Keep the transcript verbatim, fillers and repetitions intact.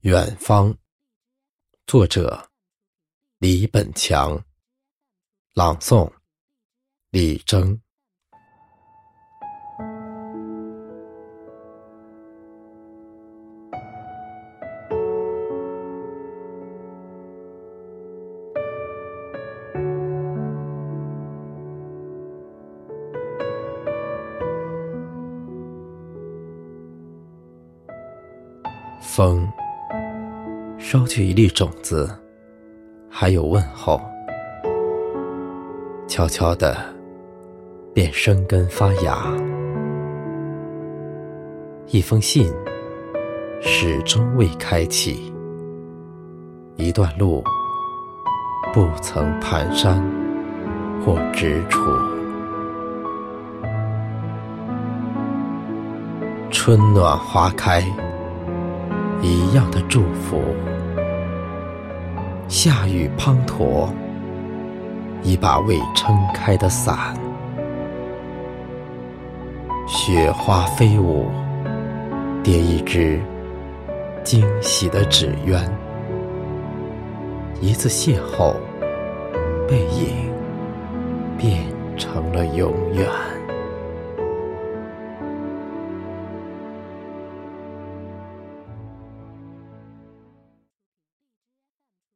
远方，作者李本强，朗诵李征。风捎去一粒种子，还有问候，悄悄地便生根发芽。一封信始终未开启，一段路不曾蹒跚或踟蹰。春暖花开一样的祝福，夏雨滂沱一把未撑开的伞，雪花飞舞叠一只惊喜的纸鸢，一次邂逅，背影变成了永远。